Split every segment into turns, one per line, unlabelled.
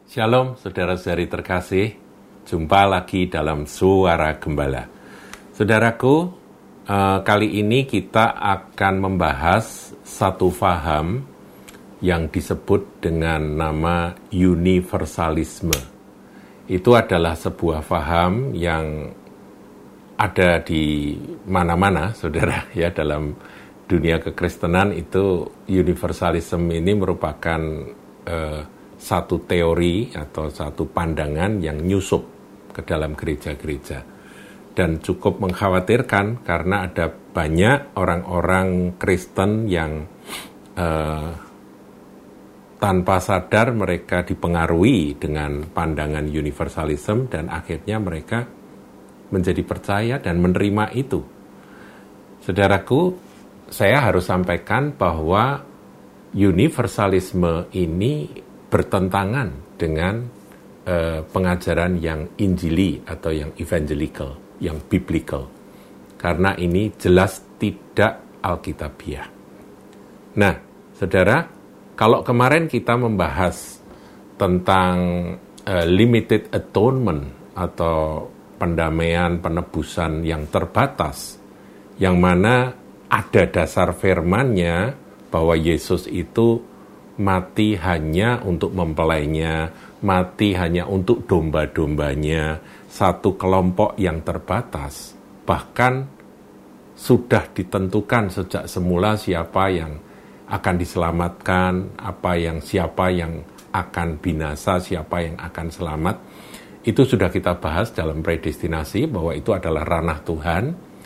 Shalom saudara-saudari terkasih, jumpa lagi dalam Suara Gembala. Saudaraku, kali ini kita akan membahas satu faham yang disebut dengan nama universalisme. Itu adalah sebuah faham yang ada di mana-mana, saudara, ya, dalam dunia kekristenan. Itu universalisme ini merupakan satu teori atau satu pandangan yang nyusup ke dalam gereja-gereja. Dan cukup mengkhawatirkan karena ada banyak orang-orang Kristen yang tanpa sadar mereka dipengaruhi dengan pandangan universalisme dan akhirnya mereka menjadi percaya dan menerima itu. Saudaraku, saya harus sampaikan bahwa universalisme ini bertentangan dengan pengajaran yang injili atau yang evangelical, yang biblical. Karena ini jelas tidak alkitabiah. Nah, saudara, kalau kemarin kita membahas tentang limited atonement atau pendamaian penebusan yang terbatas, yang mana ada dasar firman-Nya bahwa Yesus itu mati hanya untuk mempelainya, mati hanya untuk domba-dombanya, satu kelompok yang terbatas. Bahkan sudah ditentukan sejak semula siapa yang akan diselamatkan, siapa yang akan binasa, siapa yang akan selamat. Itu sudah kita bahas dalam predestinasi bahwa itu adalah ranah Tuhan.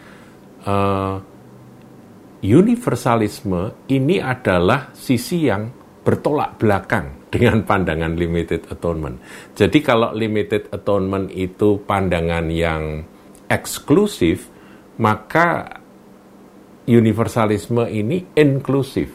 Universalisme ini adalah sisi yang bertolak belakang dengan pandangan limited atonement. Jadi kalau limited atonement itu pandangan yang eksklusif, maka universalisme ini inklusif.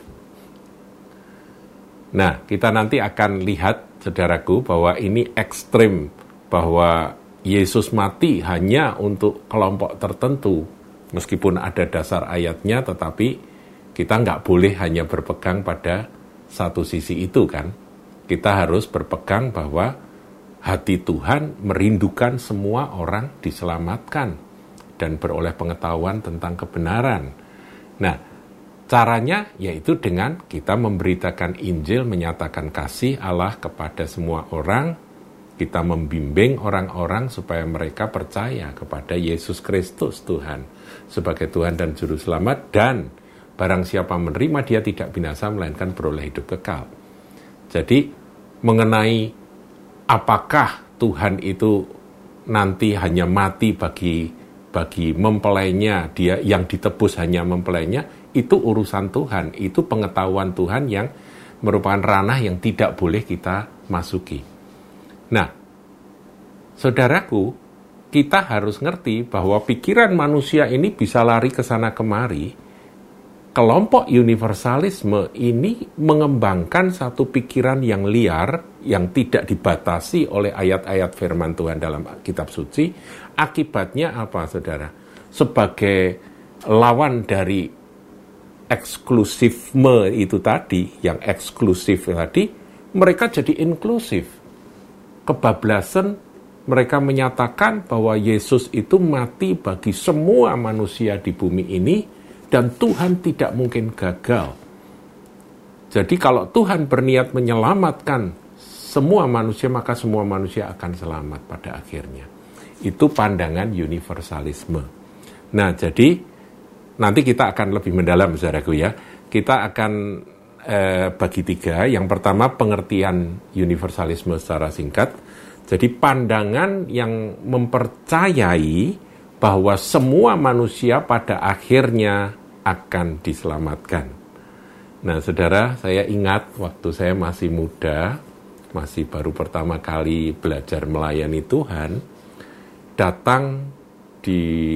Nah, kita nanti akan lihat, saudaraku, bahwa ini ekstrim, bahwa Yesus mati hanya untuk kelompok tertentu. Meskipun ada dasar ayatnya, tetapi kita nggak boleh hanya berpegang pada satu sisi itu, kan. Kita harus berpegang bahwa hati Tuhan merindukan semua orang diselamatkan dan beroleh pengetahuan tentang kebenaran. Nah, caranya yaitu dengan kita memberitakan Injil, menyatakan kasih Allah kepada semua orang. Kita membimbing orang-orang supaya mereka percaya kepada Yesus Kristus Tuhan sebagai Tuhan dan Juru Selamat, dan barang siapa menerima dia tidak binasa melainkan beroleh hidup kekal. Jadi mengenai apakah Tuhan itu nanti hanya mati bagi mempelainya, dia yang ditebus hanya mempelainya, itu urusan Tuhan, itu pengetahuan Tuhan yang merupakan ranah yang tidak boleh kita masuki. Nah, saudaraku, kita harus ngerti bahwa pikiran manusia ini bisa lari ke sana kemari. Kelompok universalisme ini mengembangkan satu pikiran yang liar, yang tidak dibatasi oleh ayat-ayat firman Tuhan dalam kitab suci. Akibatnya apa, saudara? Sebagai lawan dari eksklusifme itu tadi, yang eksklusif tadi, mereka jadi inklusif. Kebablasan, mereka menyatakan bahwa Yesus itu mati bagi semua manusia di bumi ini, dan Tuhan tidak mungkin gagal. Jadi kalau Tuhan berniat menyelamatkan semua manusia, maka semua manusia akan selamat pada akhirnya. Itu pandangan universalisme. Nah, jadi nanti kita akan lebih mendalam, saudaraku, ya. Kita akan bagi tiga. Yang pertama, pengertian universalisme secara singkat. Jadi pandangan yang mempercayai bahwa semua manusia pada akhirnya akan diselamatkan. Nah, saudara, saya ingat waktu saya masih muda, masih baru pertama kali belajar melayani Tuhan, datang di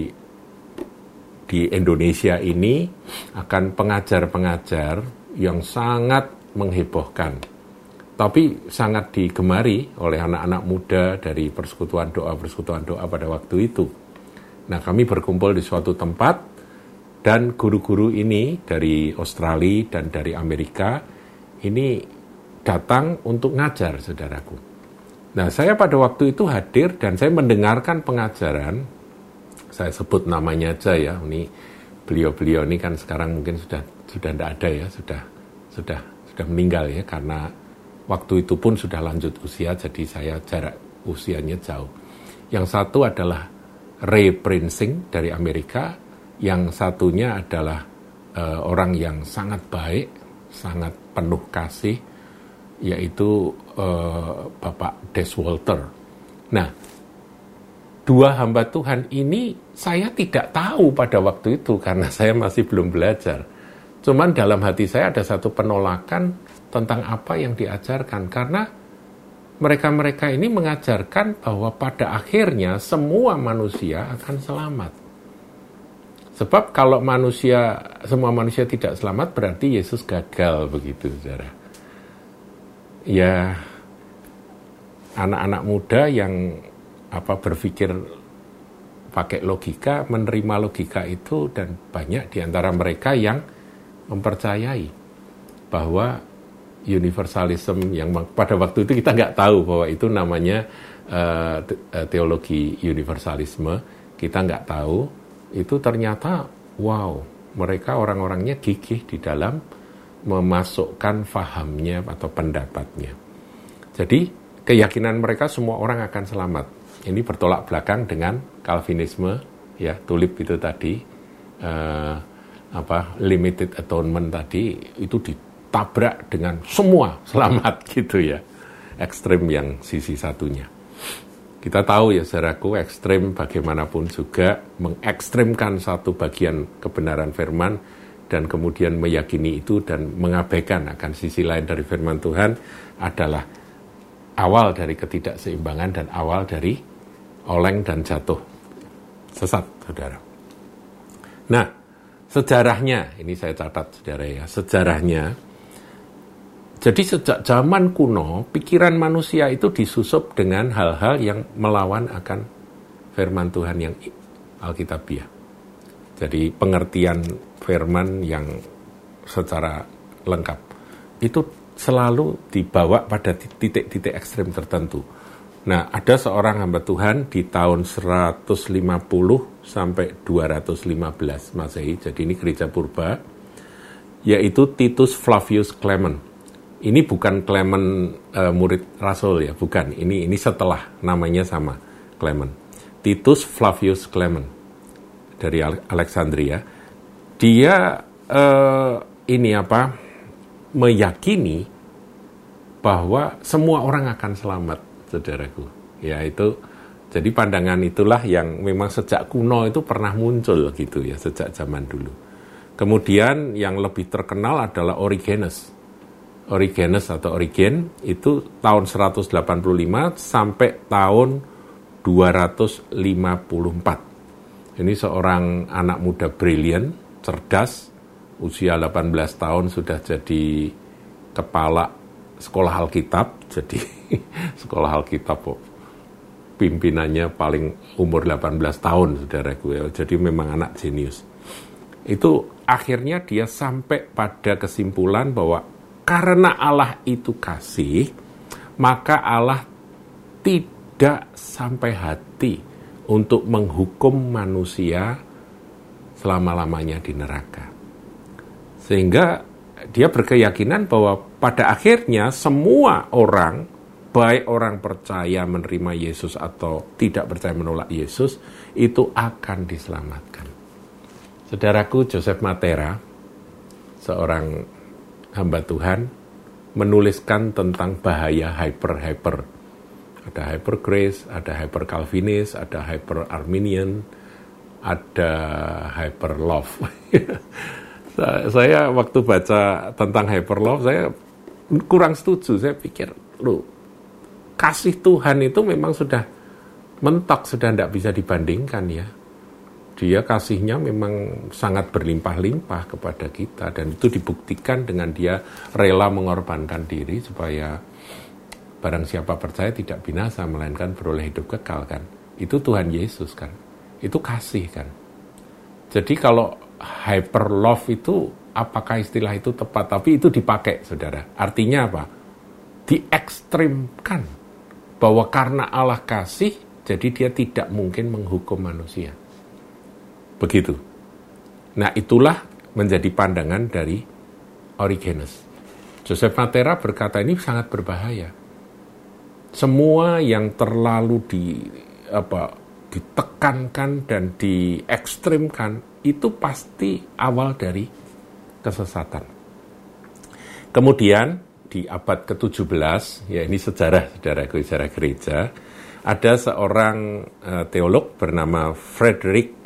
Indonesia ini akan pengajar-pengajar yang sangat menghebohkan, tapi sangat digemari oleh anak-anak muda dari persekutuan doa pada waktu itu. Nah, kami berkumpul di suatu tempat, dan guru-guru ini dari Australia dan dari Amerika ini datang untuk ngajar, saudaraku. Nah, saya pada waktu itu hadir dan saya mendengarkan pengajaran, saya sebut namanya aja ya, ini beliau-beliau ini kan sekarang mungkin sudah tidak ada ya, sudah meninggal ya, karena waktu itu pun sudah lanjut usia, jadi saya jarak usianya jauh. Yang satu adalah Ray Prinsing dari Amerika, yang satunya adalah orang yang sangat baik, sangat penuh kasih, yaitu Bapak Des Walter. Nah, dua hamba Tuhan ini saya tidak tahu pada waktu itu karena saya masih belum belajar. Cuman dalam hati saya ada satu penolakan tentang apa yang diajarkan, karena mereka-mereka ini mengajarkan bahwa pada akhirnya semua manusia akan selamat. Sebab kalau semua manusia tidak selamat, berarti Yesus gagal, begitu, saudara. Ya, anak-anak muda yang berpikir pakai logika, menerima logika itu, dan banyak di antara mereka yang mempercayai bahwa universalism yang pada waktu itu kita nggak tahu bahwa itu namanya teologi universalisme, kita nggak tahu, itu ternyata wow, mereka orang-orangnya gigih di dalam memasukkan fahamnya atau pendapatnya. Jadi keyakinan mereka semua orang akan selamat. Ini bertolak belakang dengan Calvinisme, ya, tulip itu tadi, limited atonement tadi, itu ditabrak dengan semua selamat gitu ya. Ekstrem yang sisi satunya. Kita tahu ya, saudaraku, ekstrem bagaimanapun juga mengekstrimkan satu bagian kebenaran firman dan kemudian meyakini itu dan mengabaikan akan sisi lain dari firman Tuhan adalah awal dari ketidakseimbangan dan awal dari oleng dan jatuh, sesat, saudara. Nah, sejarahnya, ini saya catat, saudara ya, sejarahnya. Jadi sejak zaman kuno, pikiran manusia itu disusup dengan hal-hal yang melawan akan firman Tuhan yang Alkitabiah. Jadi pengertian firman yang secara lengkap itu selalu dibawa pada titik-titik ekstrem tertentu. Nah, ada seorang hamba Tuhan di tahun 150 sampai 215 Masehi, jadi ini gereja purba, yaitu Titus Flavius Clement. Ini bukan Clement murid Rasul ya, bukan. Ini setelah, namanya sama, Clement. Titus Flavius Clement dari Alexandria. Dia meyakini bahwa semua orang akan selamat, saudaraku. Ya, itu jadi pandangan itulah yang memang sejak kuno itu pernah muncul gitu ya, sejak zaman dulu. Kemudian yang lebih terkenal adalah Origenes atau Origen, itu tahun 185 sampai tahun 254. Ini seorang anak muda brilian, cerdas, usia 18 tahun sudah jadi kepala sekolah Alkitab, jadi sekolah Alkitab pimpinannya paling umur 18 tahun, saudaraku ya. Jadi memang anak jenius. Itu akhirnya dia sampai pada kesimpulan bahwa karena Allah itu kasih, maka Allah tidak sampai hati untuk menghukum manusia selama-lamanya di neraka. Sehingga dia berkeyakinan bahwa pada akhirnya semua orang, baik orang percaya menerima Yesus atau tidak percaya menolak Yesus, itu akan diselamatkan. Saudaraku, Joseph Matera, seorang hamba Tuhan, menuliskan tentang bahaya hyper. Ada hyper grace, ada hyper Calvinis, ada hyper Arminian, ada hyper love. Saya waktu baca tentang hyper love, saya kurang setuju. Saya pikir, kasih Tuhan itu memang sudah mentok, sudah tidak bisa dibandingkan ya. Dia kasihnya memang sangat berlimpah-limpah kepada kita, dan itu dibuktikan dengan dia rela mengorbankan diri supaya barang siapa percaya tidak binasa melainkan beroleh hidup kekal kan. Itu Tuhan Yesus kan. Itu kasih kan. Jadi kalau hyper love itu, apakah istilah itu tepat? Tapi itu dipakai, saudara. Artinya apa? Diekstrimkan. bahwa karena Allah kasih, jadi dia tidak mungkin menghukum manusia. Begitu. Nah, itulah menjadi pandangan dari Origenes. Joseph Matera berkata ini sangat berbahaya. Semua yang terlalu ditekankan dan diekstrimkan itu pasti awal dari kesesatan. Kemudian di abad ke-17, ya ini sejarah gereja, ada seorang teolog bernama Friedrich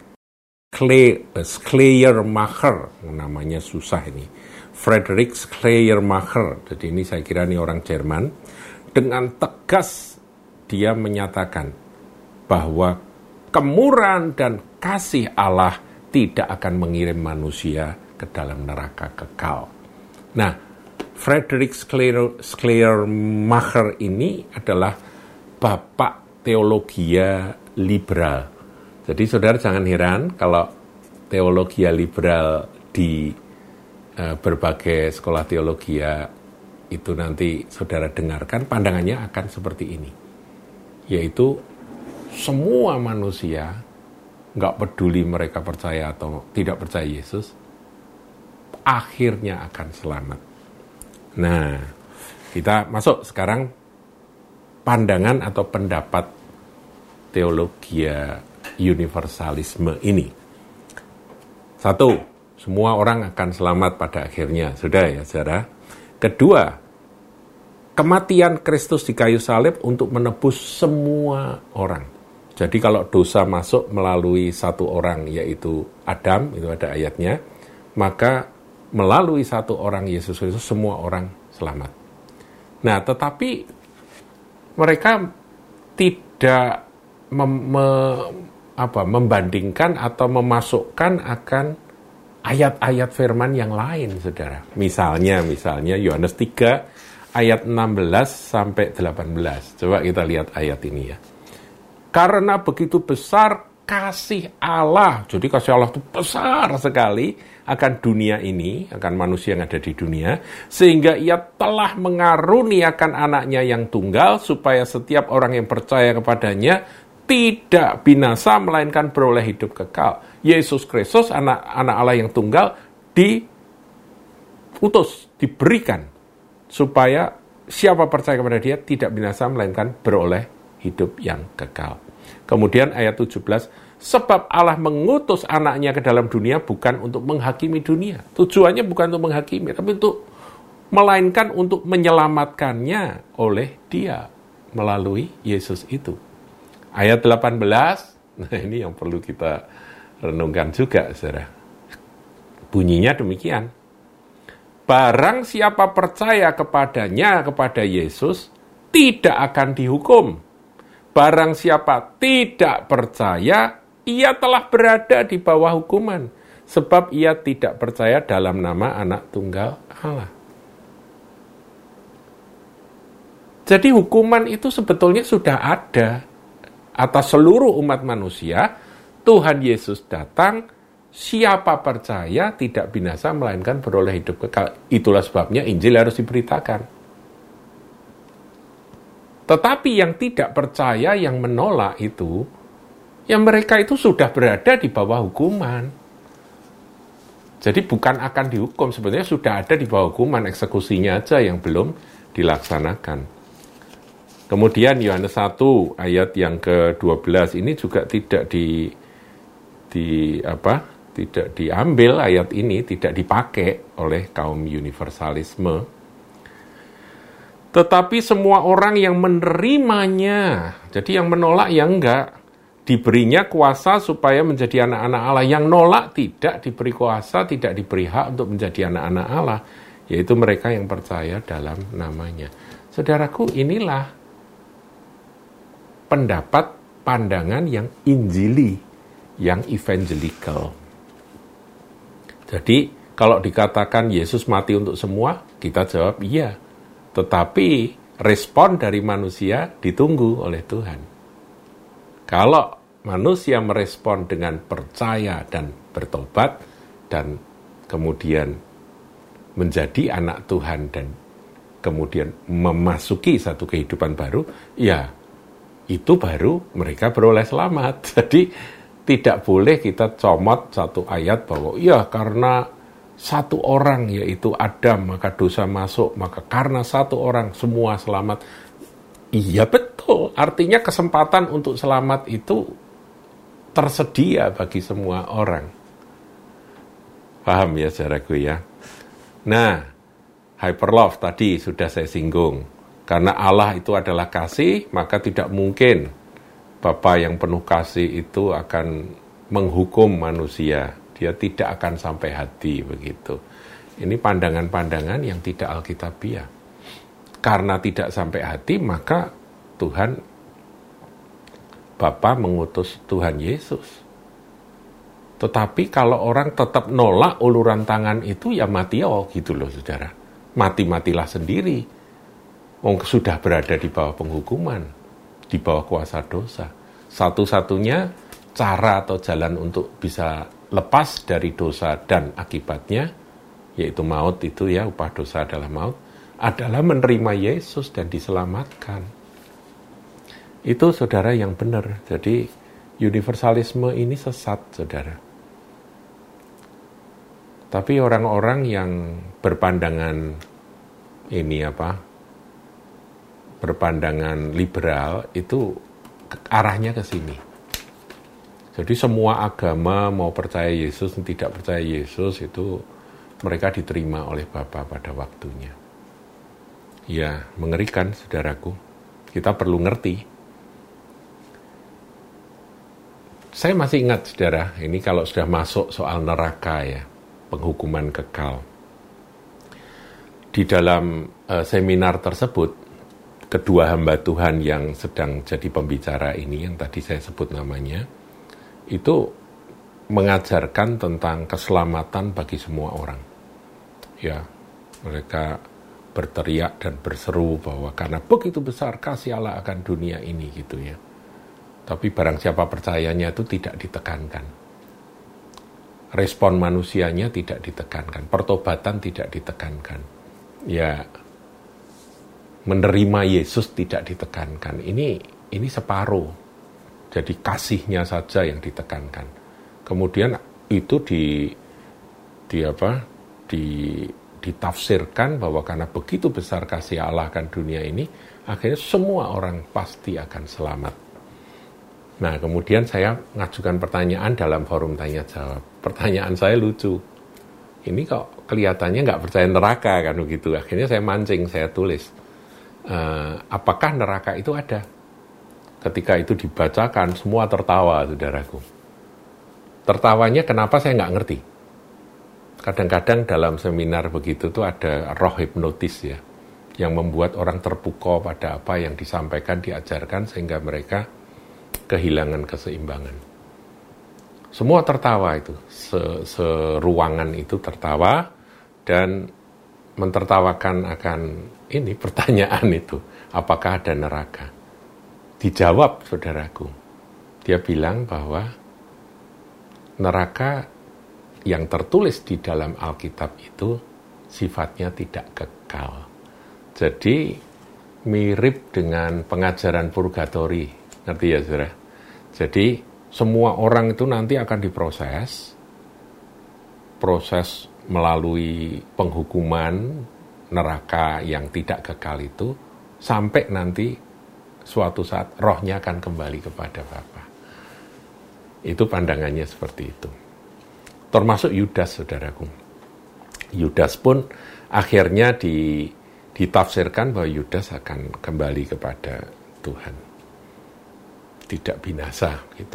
Schleiermacher, namanya susah ini, Friedrich Schleiermacher. Jadi ini saya kira ini orang Jerman. Dengan tegas dia menyatakan bahwa kemurahan dan kasih Allah tidak akan mengirim manusia ke dalam neraka kekal. Nah, Friedrich Schleiermacher ini adalah bapak teologia liberal. Jadi saudara jangan heran kalau teologia liberal di berbagai sekolah teologia itu nanti saudara dengarkan, pandangannya akan seperti ini. Yaitu semua manusia, nggak peduli mereka percaya atau tidak percaya Yesus, akhirnya akan selamat. Nah, kita masuk sekarang pandangan atau pendapat teologia universalisme ini. Satu, semua orang akan selamat pada akhirnya. Sudah ya, saudara. Kedua, kematian Kristus di kayu salib untuk menebus semua orang. Jadi kalau dosa masuk melalui satu orang, yaitu Adam, itu ada ayatnya, maka melalui satu orang Yesus Kristus semua orang selamat. Nah, tetapi mereka tidak membandingkan atau memasukkan akan ayat-ayat firman yang lain, saudara. Misalnya Yohanes 3 ayat 16 sampai 18. Coba kita lihat ayat ini ya. Karena begitu besar kasih Allah, jadi kasih Allah itu besar sekali akan dunia ini, akan manusia yang ada di dunia, sehingga ia telah mengaruniakan anaknya yang tunggal, supaya setiap orang yang percaya kepadanya tidak binasa, melainkan beroleh hidup kekal. Yesus Kristus, anak Allah yang tunggal, diutus, diberikan, supaya siapa percaya kepada dia tidak binasa, melainkan beroleh hidup yang kekal. Kemudian ayat 17, sebab Allah mengutus anaknya ke dalam dunia bukan untuk menghakimi dunia. Tujuannya bukan untuk menghakimi, tapi melainkan untuk menyelamatkannya oleh dia melalui Yesus itu. Ayat 18, nah ini yang perlu kita renungkan juga, saudara. Bunyinya demikian. Barang siapa percaya kepadanya, kepada Yesus, tidak akan dihukum. Barang siapa tidak percaya, ia telah berada di bawah hukuman, sebab ia tidak percaya dalam nama Anak Tunggal Allah. Jadi hukuman itu sebetulnya sudah ada atas seluruh umat manusia. Tuhan Yesus datang, siapa percaya tidak binasa, melainkan beroleh hidup kekal. Itulah sebabnya Injil harus diberitakan. Tetapi yang tidak percaya, yang menolak itu, yang mereka itu sudah berada di bawah hukuman. Jadi bukan akan dihukum, sebenarnya sudah ada di bawah hukuman, eksekusinya aja yang belum dilaksanakan. Kemudian Yohanes 1 ayat yang ke-12 ini juga tidak tidak diambil ayat ini, tidak dipakai oleh kaum universalisme. Tetapi semua orang yang menerimanya, jadi yang menolak yang enggak, diberinya kuasa supaya menjadi anak-anak Allah. Yang nolak tidak diberi kuasa, tidak diberi hak untuk menjadi anak-anak Allah, yaitu mereka yang percaya dalam namanya. Saudaraku, inilah pendapat, pandangan yang injili, yang evangelical. Jadi, kalau dikatakan Yesus mati untuk semua, kita jawab iya. Tetapi, respon dari manusia ditunggu oleh Tuhan. Kalau manusia merespon dengan percaya dan bertobat, dan kemudian menjadi anak Tuhan, dan kemudian memasuki satu kehidupan baru, ya itu baru mereka beroleh selamat. Jadi tidak boleh kita comot satu ayat bahwa iya karena satu orang yaitu Adam maka dosa masuk, maka karena satu orang semua selamat. Iya betul, artinya kesempatan untuk selamat itu tersedia bagi semua orang. Paham ya saudaraku ya? Nah, hyperlove tadi sudah saya singgung. Karena Allah itu adalah kasih, maka tidak mungkin Bapa yang penuh kasih itu akan menghukum manusia. Dia tidak akan sampai hati begitu. Ini pandangan-pandangan yang tidak alkitabiah. Karena tidak sampai hati, maka Tuhan Bapa mengutus Tuhan Yesus. Tetapi kalau orang tetap nolak uluran tangan itu, ya mati gitu loh saudara. Mati-matilah sendiri. Sudah berada di bawah penghukuman, di bawah kuasa dosa. Satu-satunya cara atau jalan untuk bisa lepas dari dosa dan akibatnya, yaitu maut itu ya, upah dosa adalah maut, adalah menerima Yesus dan diselamatkan. Itu saudara yang benar. Jadi universalisme ini sesat saudara. Tapi orang-orang yang berpandangan berpandangan liberal itu arahnya ke sini. Jadi semua agama mau percaya Yesus, tidak percaya Yesus itu mereka diterima oleh Bapa pada waktunya. Ya, mengerikan saudaraku. Kita perlu ngerti. Saya masih ingat saudara, ini kalau sudah masuk soal neraka ya, penghukuman kekal. Di dalam seminar tersebut, kedua hamba Tuhan yang sedang jadi pembicara ini, yang tadi saya sebut namanya, itu mengajarkan tentang keselamatan bagi semua orang. Ya, mereka berteriak dan berseru bahwa karena begitu besar kasih Allah akan dunia ini gitu ya. Tapi barang siapa percayanya itu tidak ditekankan. Respon manusianya tidak ditekankan, pertobatan tidak ditekankan. Ya, menerima Yesus tidak ditekankan. Ini separuh. Jadi kasihnya saja yang ditekankan. Kemudian itu ditafsirkan bahwa karena begitu besar kasih Allah akan dunia ini, akhirnya semua orang pasti akan selamat. Nah, kemudian saya mengajukan pertanyaan dalam forum tanya jawab. Pertanyaan saya lucu. Ini kok kelihatannya nggak percaya neraka kan begitu. Akhirnya saya mancing, saya tulis. Apakah neraka itu ada? Ketika itu dibacakan, semua tertawa, saudaraku. Tertawanya kenapa saya nggak ngerti. Kadang-kadang dalam seminar begitu tuh ada roh hipnotis ya, yang membuat orang terpukau pada apa yang disampaikan, diajarkan, sehingga mereka kehilangan keseimbangan. Semua tertawa itu, seruangan itu tertawa, dan mentertawakan akan ini pertanyaan itu, apakah ada neraka? Dijawab saudaraku, dia bilang bahwa neraka yang tertulis di dalam Alkitab itu sifatnya tidak kekal. Jadi mirip dengan pengajaran purgatori, ngerti ya saudara? Jadi semua orang itu nanti akan diproses, proses melalui penghukuman neraka yang tidak kekal itu, sampai nanti suatu saat rohnya akan kembali kepada Bapa. Itu pandangannya seperti itu. Termasuk Yudas, saudaraku. Yudas pun akhirnya ditafsirkan bahwa Yudas akan kembali kepada Tuhan. Tidak binasa, gitu.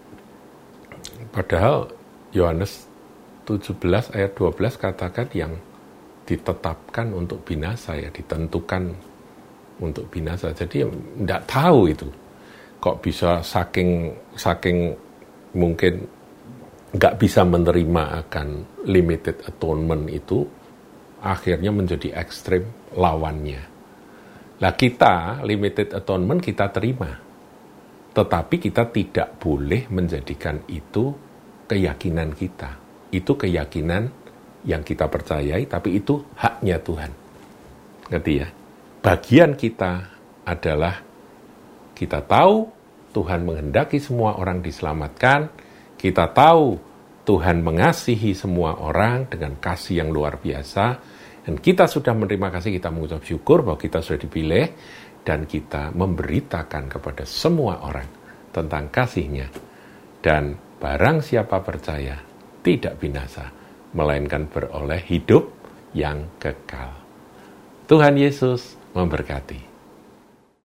Padahal Yohanes 17 ayat 12 katakan yang ditetapkan untuk binasa ya, ditentukan untuk binasa. Jadi tidak tahu itu. Kok bisa saking mungkin nggak bisa menerima akan limited atonement itu, akhirnya menjadi ekstrim lawannya. Lah kita, limited atonement kita terima. Tetapi kita tidak boleh menjadikan itu keyakinan kita. Itu keyakinan yang kita percayai, tapi itu haknya Tuhan. Ngerti ya? Bagian kita adalah Kita tahu Tuhan menghendaki semua orang diselamatkan. Kita tahu Tuhan mengasihi semua orang dengan kasih yang luar biasa. Dan kita sudah menerima kasih, kita mengucap syukur bahwa kita sudah dipilih. Dan kita memberitakan kepada semua orang tentang kasih-Nya. Dan barang siapa percaya tidak binasa, melainkan beroleh hidup yang kekal. Tuhan Yesus memberkati.